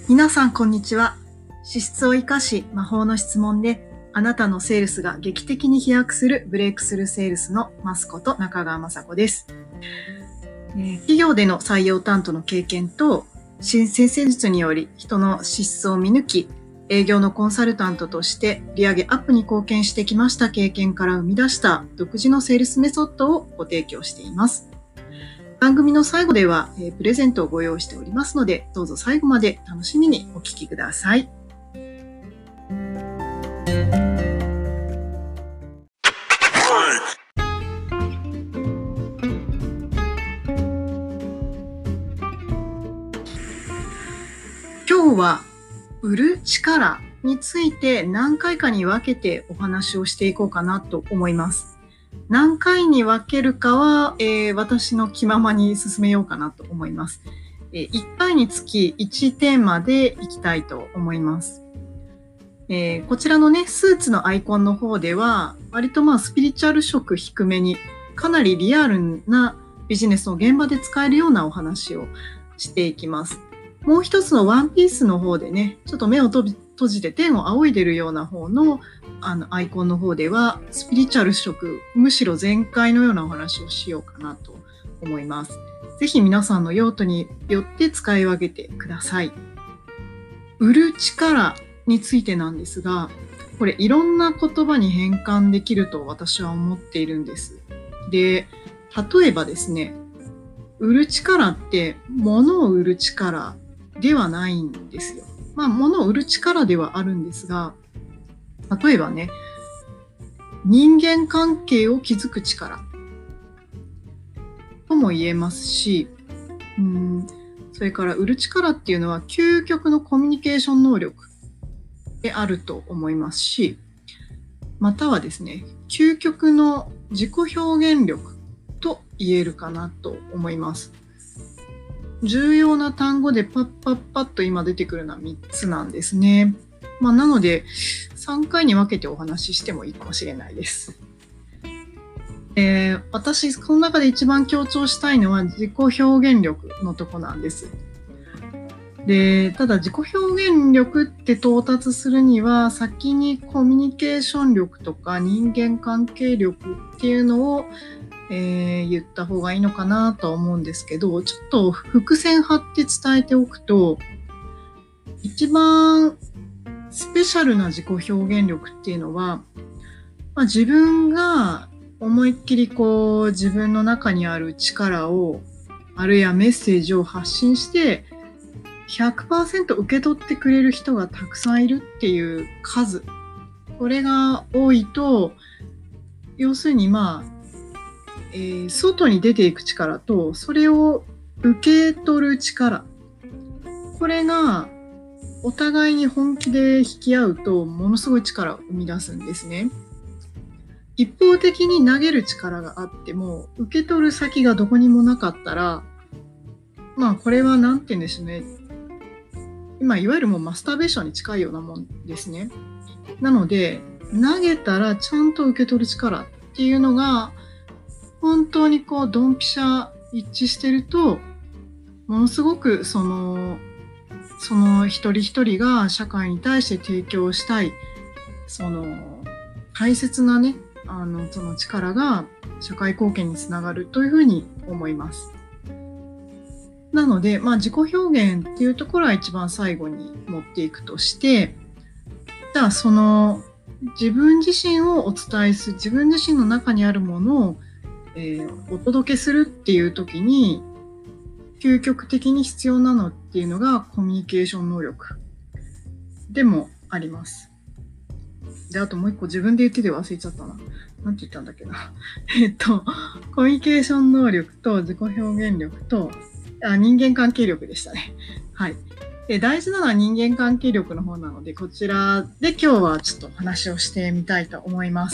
皆さんこんにちは。資質を生かし魔法の質問であなたのセールスが劇的に飛躍するブレイクスルーセールスのマスこと中川雅子です。企業での採用担当の経験と先生術により人の資質を見抜き営業のコンサルタントとして利上げアップに貢献してきました経験から生み出した独自のセールスメソッドをご提供しています。番組の最後ではプレゼントをご用意しておりますので、どうぞ最後まで楽しみにお聞きください。今日は売る力について何回かに分けてお話をしていこうかなと思います。何回に分けるかは、私の気ままに進めようかなと思います。1回につき1テーマでいきたいと思います。こちらのね、スーツのアイコンの方では、割とスピリチュアル色低めに、かなりリアルなビジネスの現場で使えるようなお話をしていきます。もう一つのワンピースの方でね、ちょっと目を閉じて天を仰いでるような方のアイコンの方ではスピリチュアル色、むしろ全開のようなお話をしようかなと思います。ぜひ皆さんの用途によって使い分けてください。売る力についてなんですが、これいろんな言葉に変換できると私は思っているんです。で、例えばですね、売る力って物を売る力ではないんですよ。物を売る力ではあるんですが、例えばね、人間関係を築く力とも言えますし、それから売る力っていうのは究極のコミュニケーション能力であると思いますし、またはですね、究極の自己表現力と言えるかなと思います。重要な単語でパッと今出てくるのは3つなんですね。なので3回に分けてお話ししてもいいかもしれないです。私この中で一番強調したいのは自己表現力のとこなんです。で、ただ自己表現力って到達するには先にコミュニケーション力とか人間関係力っていうのを言った方がいいのかなとは思うんですけど、ちょっと伏線張って伝えておくと、一番スペシャルな自己表現力っていうのは、自分が思いっきり自分の中にある力を、あるいはメッセージを発信して、100% 受け取ってくれる人がたくさんいるっていう数。これが多いと、要するに外に出ていく力と、それを受け取る力。これがお互いに本気で引き合うと、ものすごい力を生み出すんですね。一方的に投げる力があっても、受け取る先がどこにもなかったら、これはなんて言うんでしょうね。今、いわゆるもうマスターベーションに近いようなもんですね。なので、投げたらちゃんと受け取る力っていうのが、本当にドンピシャ一致してると、ものすごくその一人一人が社会に対して提供したい、大切なね、その力が社会貢献につながるというふうに思います。なので、自己表現っていうところは一番最後に持っていくとして、じゃあ自分自身をお伝えする、自分自身の中にあるものをお届けするっていう時に究極的に必要なのっていうのがコミュニケーション能力でもあります。で、あともう一個自分で言ってて忘れちゃったな。なんて言ったんだっけな。コミュニケーション能力と自己表現力と人間関係力でしたね。はい。で、大事なのは人間関係力の方なので、こちらで今日はちょっと話をしてみたいと思います。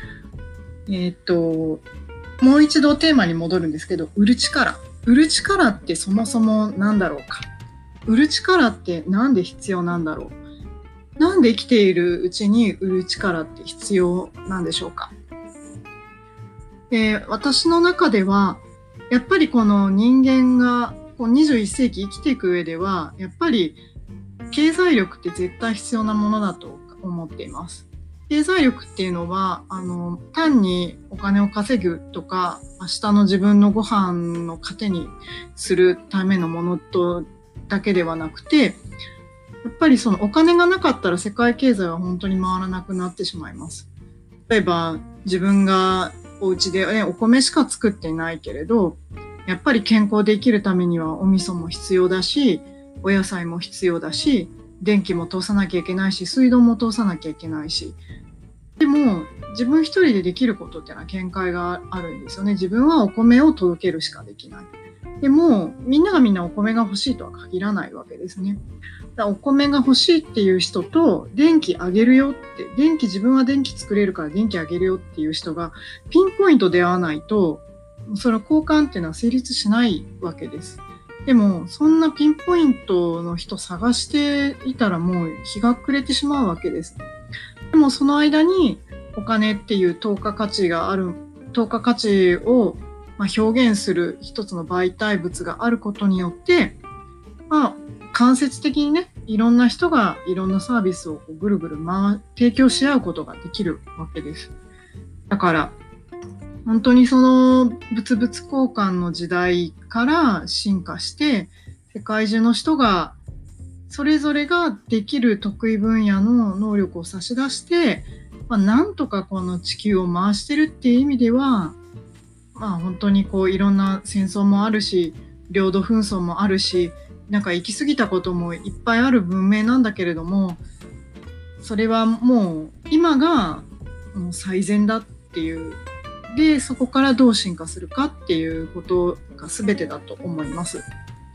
もう一度テーマに戻るんですけど、売る力。売る力ってそもそも何だろうか。売る力ってなんで必要なんだろう。なんで生きているうちに売る力って必要なんでしょうか。私の中では、やっぱりこの人間が21世紀生きていく上では、やっぱり経済力って絶対必要なものだと思っています。経済力っていうのは単にお金を稼ぐとか明日の自分のご飯の糧にするためのものとだけではなくて、やっぱりそのお金がなかったら世界経済は本当に回らなくなってしまいます。例えば自分がお家で、お米しか作っていないけれど、やっぱり健康で生きるためにはお味噌も必要だし、お野菜も必要だし、電気も通さなきゃいけないし、水道も通さなきゃいけないし。でも自分一人でできることっていうのは限界があるんですよね。自分はお米を届けるしかできない。でもみんながみんなお米が欲しいとは限らないわけですね。だからお米が欲しいっていう人と電気あげるよって、自分は電気作れるから電気あげるよっていう人がピンポイント出会わないと、その交換っていうのは成立しないわけです。でもそんなピンポイントの人探していたらもう日が暮れてしまうわけです。でもその間にお金っていう等価価値を表現する一つの媒体物があることによって、間接的にね、いろんな人がいろんなサービスをぐるぐる提供し合うことができるわけです。だから本当にその物々交換の時代から進化して、世界中の人がそれぞれができる得意分野の能力を差し出して、なんとかこの地球を回してるっていう意味では、本当にいろんな戦争もあるし、領土紛争もあるし、なんか行き過ぎたこともいっぱいある文明なんだけれども、それはもう今がもう最善だっていう。で、そこからどう進化するかっていうことが全てだと思います。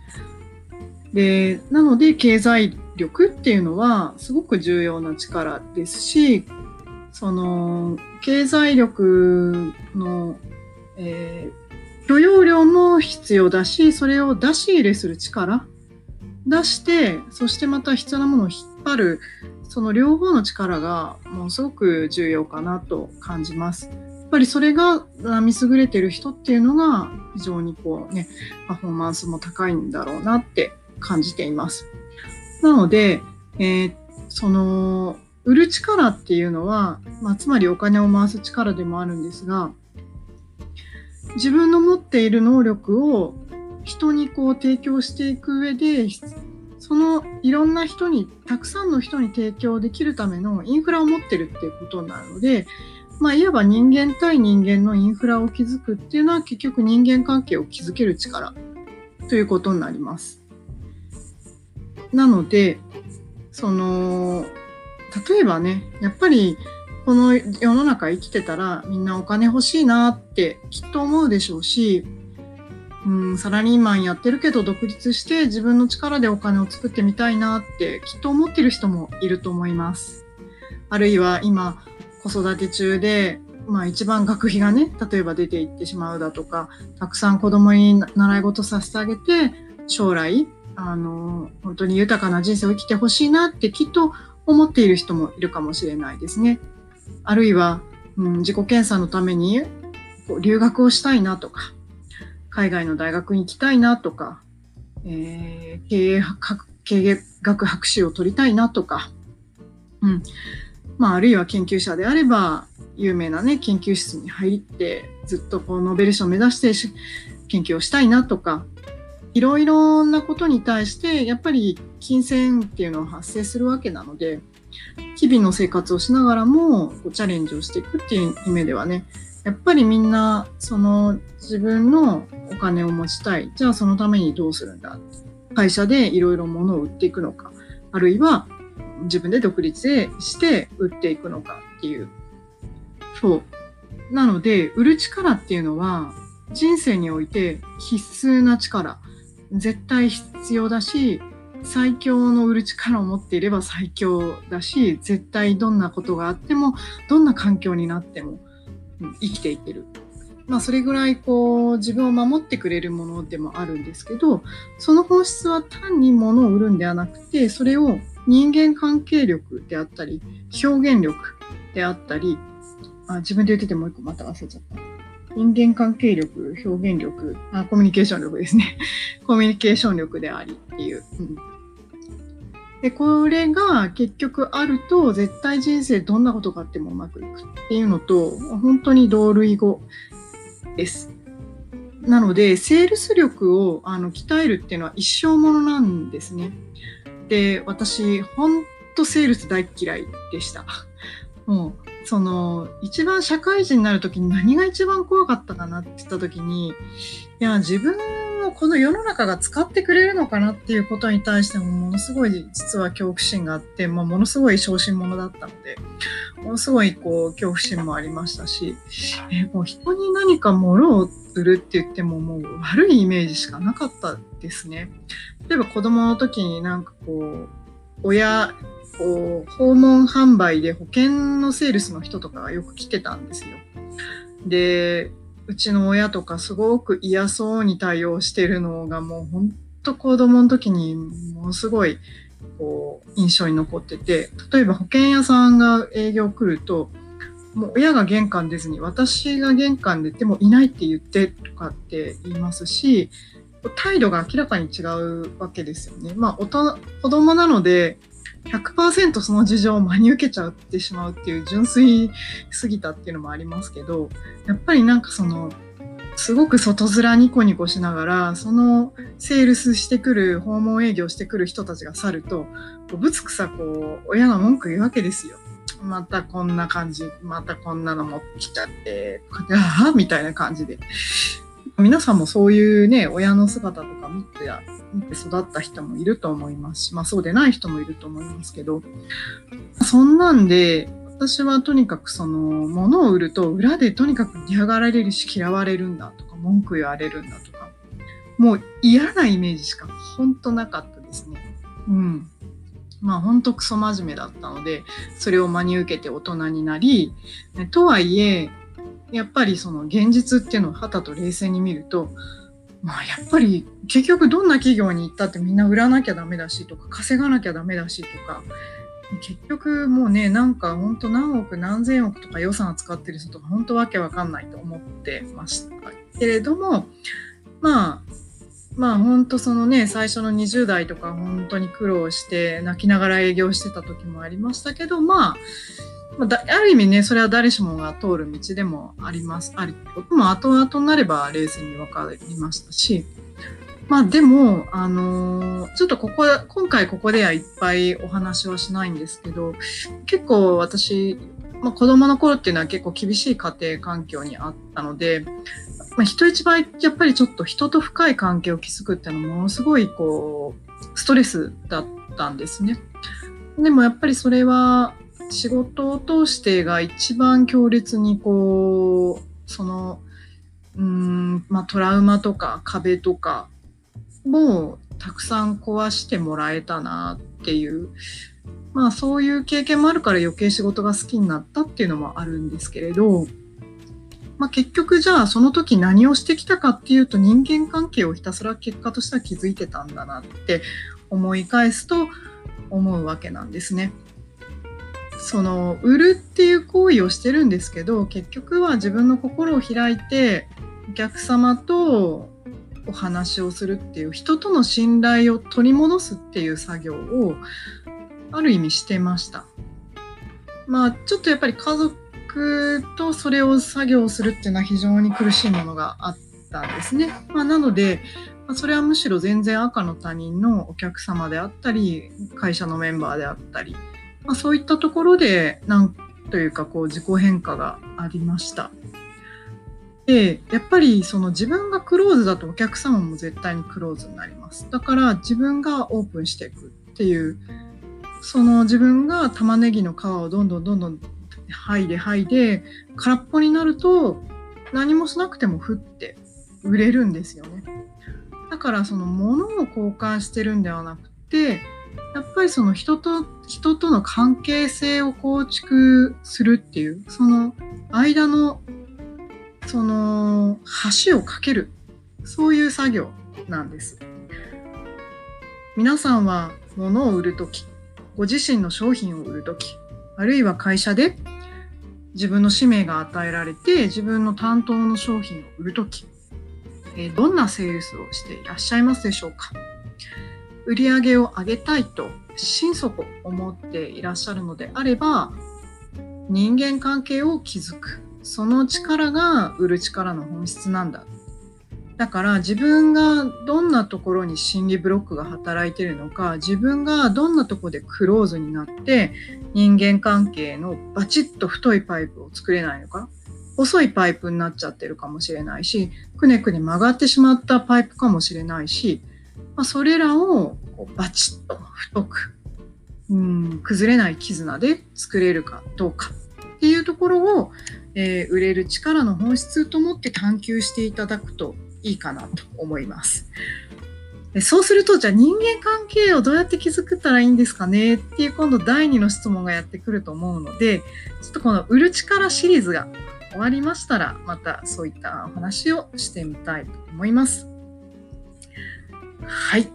で、なので経済力っていうのはすごく重要な力ですし、その経済力の、許容量も必要だし、それを出し入れする力、出してそしてまた必要なものを引っ張る、その両方の力がもうすごく重要かなと感じます。やっぱりそれが見優れてる人っていうのが非常にパフォーマンスも高いんだろうなって感じています。なので、その売る力っていうのは、つまりお金を回す力でもあるんですが、自分の持っている能力を人に提供していく上で、そのいろんな人に、たくさんの人に提供できるためのインフラを持ってるっていうことになるので、いわば人間対人間のインフラを築くっていうのは結局人間関係を築ける力ということになります。なので、例えばね、やっぱりこの世の中生きてたらみんなお金欲しいなってきっと思うでしょうし、サラリーマンやってるけど独立して自分の力でお金を作ってみたいなってきっと思ってる人もいると思います。あるいは今子育て中で、一番学費がね、例えば出ていってしまうだとか、たくさん子供に習い事させてあげて、将来本当に豊かな人生を生きてほしいなってきっと思っている人もいるかもしれないですね。あるいは、自己検査のために留学をしたいなとか、海外の大学に行きたいなとか、経営学博士を取りたいなとか、あるいは研究者であれば有名な研究室に入ってずっとノーベル賞を目指して研究をしたいなとか、いろいろなことに対してやっぱり金銭っていうのは発生するわけなので、日々の生活をしながらもチャレンジをしていくっていう意味ではね、やっぱりみんなその自分のお金を持ちたい、じゃあそのためにどうするんだ、会社でいろいろ物を売っていくのか、あるいは自分で独立して売っていくのかっていう。なので売る力っていうのは人生において必須な力、絶対必要だし、最強の売る力を持っていれば最強だし、絶対どんなことがあってもどんな環境になっても生きていける。それぐらい自分を守ってくれるものでもあるんですけど、その本質は単に物を売るんではなくて、それを人間関係力であったり、表現力であったり、自分で言っててもう一個また忘れちゃった。人間関係力、表現力、コミュニケーション力ですね。コミュニケーション力でありっていう。 で、これが結局あると、絶対人生どんなことがあってもうまくいくっていうのと、本当に同類語です。なので、セールス力を鍛えるっていうのは一生ものなんですね。で、私、本当セールス大嫌いでした。もう、一番社会人になるときに何が一番怖かったかなって言ったときに、いや、自分をこの世の中が使ってくれるのかなっていうことに対してもものすごい実は恐怖心があって、ものすごい小心者だったので、ものすごい恐怖心もありましたし、もう人に何か物を売るって言ってももう悪いイメージしかなかったですね。例えば子供の時に訪問販売で保険のセールスの人とかがよく来てたんですよ。で、うちの親とかすごく嫌そうに対応してるのがもう本当子供の時にものすごい印象に残ってて、例えば保険屋さんが営業来ると、もう親が玄関出ずに私が玄関出てもいないって言ってとかって言いますし、態度が明らかに違うわけですよね。子供なので、100% その事情を真に受けちゃってしまうっていう純粋すぎたっていうのもありますけど、やっぱりすごく外面ニコニコしながら、そのセールスしてくる、訪問営業してくる人たちが去ると、ぶつくさ親が文句言うわけですよ。またこんな感じ、またこんなの持ってきちゃって、とかああみたいな感じで。皆さんもそういうね、親の姿とか見て育った人もいると思いますし、そうでない人もいると思いますけど、そんなんで、私はとにかく物を売ると裏でとにかく嫌がられるし嫌われるんだとか、文句言われるんだとか、もう嫌なイメージしか本当なかったですね。うん。本当クソ真面目だったので、それを真に受けて大人になり、とはいえ、やっぱり現実っていうのをはたと冷静に見ると、やっぱり結局どんな企業に行ったってみんな売らなきゃダメだしとか、稼がなきゃダメだしとか、結局もうね、本当何億何千億とか予算を使ってる人とか本当わけわかんないと思ってましたけれども、本当最初の20代とか本当に苦労して泣きながら営業してた時もありましたけど、ある意味ね、それは誰しもが通る道でもあります。あることも後々になれば冷静に分かりましたし、でも、ちょっと今回ここではいっぱいお話はしないんですけど、結構私、子供の頃っていうのは結構厳しい家庭環境にあったので、人一倍やっぱりちょっと人と深い関係を築くっていうのはものすごいストレスだったんですね。でもやっぱりそれは仕事を通してが一番強烈にトラウマとか壁とかもたくさん壊してもらえたなっていう、そういう経験もあるから余計仕事が好きになったっていうのもあるんですけれど、結局じゃあその時何をしてきたかっていうと、人間関係をひたすら結果としては築いてたんだなって思い返すと思うわけなんですね。売るっていう行為をしてるんですけど、結局は自分の心を開いてお客様とお話をするっていう、人との信頼を取り戻すっていう作業をある意味してました。ちょっとやっぱり家族とそれを作業するっていうのは非常に苦しいものがあったんですね。なので、それはむしろ全然赤の他人のお客様であったり、会社のメンバーであったり、そういったところでなんというか自己変化がありました。で、やっぱり自分がクローズだとお客様も絶対にクローズになります。だから自分がオープンしていくっていう、自分が玉ねぎの皮をどんどん剥いで空っぽになると何もしなくても降って売れるんですよね。だから物を交換してるんではなくて、やっぱり人との関係性を構築するっていう、その間の橋を架ける、そういう作業なんです。皆さんは物を売るとき、ご自身の商品を売るとき、あるいは会社で自分の使命が与えられて自分の担当の商品を売るとき、どんなセールスをしていらっしゃいますでしょうか。 売り上げを上げたいと心底思っていらっしゃるのであれば、人間関係を築く。その力が売る力の本質なんだ。だから自分がどんなところに心理ブロックが働いているのか、自分がどんなところでクローズになって人間関係のバチッと太いパイプを作れないのか、細いパイプになっちゃってるかもしれないし、くねくね曲がってしまったパイプかもしれないし、それらをバチッと太く、崩れない絆で作れるかどうかっていうところを、売れる力の本質と思って探求していただくといいかなと思います。でそうすると、じゃあ人間関係をどうやって築ったらいいんですかねっていう今度第2の質問がやってくると思うので、ちょっとこの売る力シリーズが終わりましたら、またそういったお話をしてみたいと思います。はい。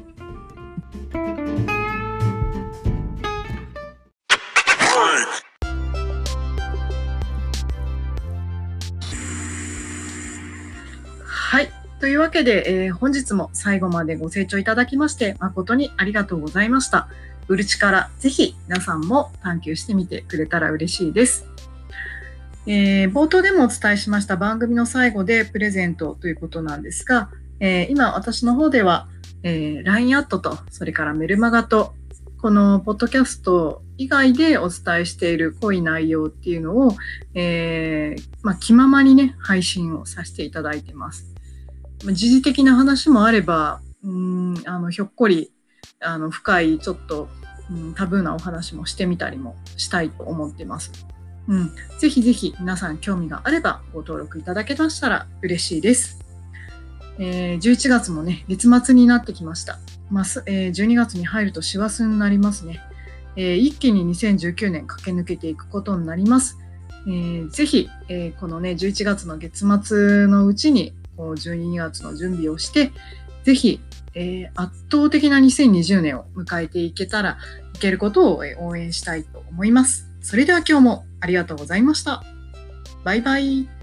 はい。というわけで、本日も最後までご清聴いただきまして誠にありがとうございました。売る力、ぜひ皆さんも探求してみてくれたら嬉しいです。冒頭でもお伝えしました番組の最後でプレゼントということなんですが、今私の方では、LINE アットとそれからメルマガとこのポッドキャスト以外でお伝えしている濃い内容っていうのを、気ままにね配信をさせていただいています。時事的な話もあれば、ひょっこり深いちょっと、タブーなお話もしてみたりもしたいと思っています。ぜひぜひ皆さん興味があればご登録いただけましたら嬉しいです。11月もね月末になってきました。12月に入ると師走になりますね。一気に2019年駆け抜けていくことになります。ぜひ、このね11月の月末のうちに12月の準備をして、ぜひ、圧倒的な2020年を迎えていけることを応援したいと思います。それでは今日もありがとうございました。バイバイ。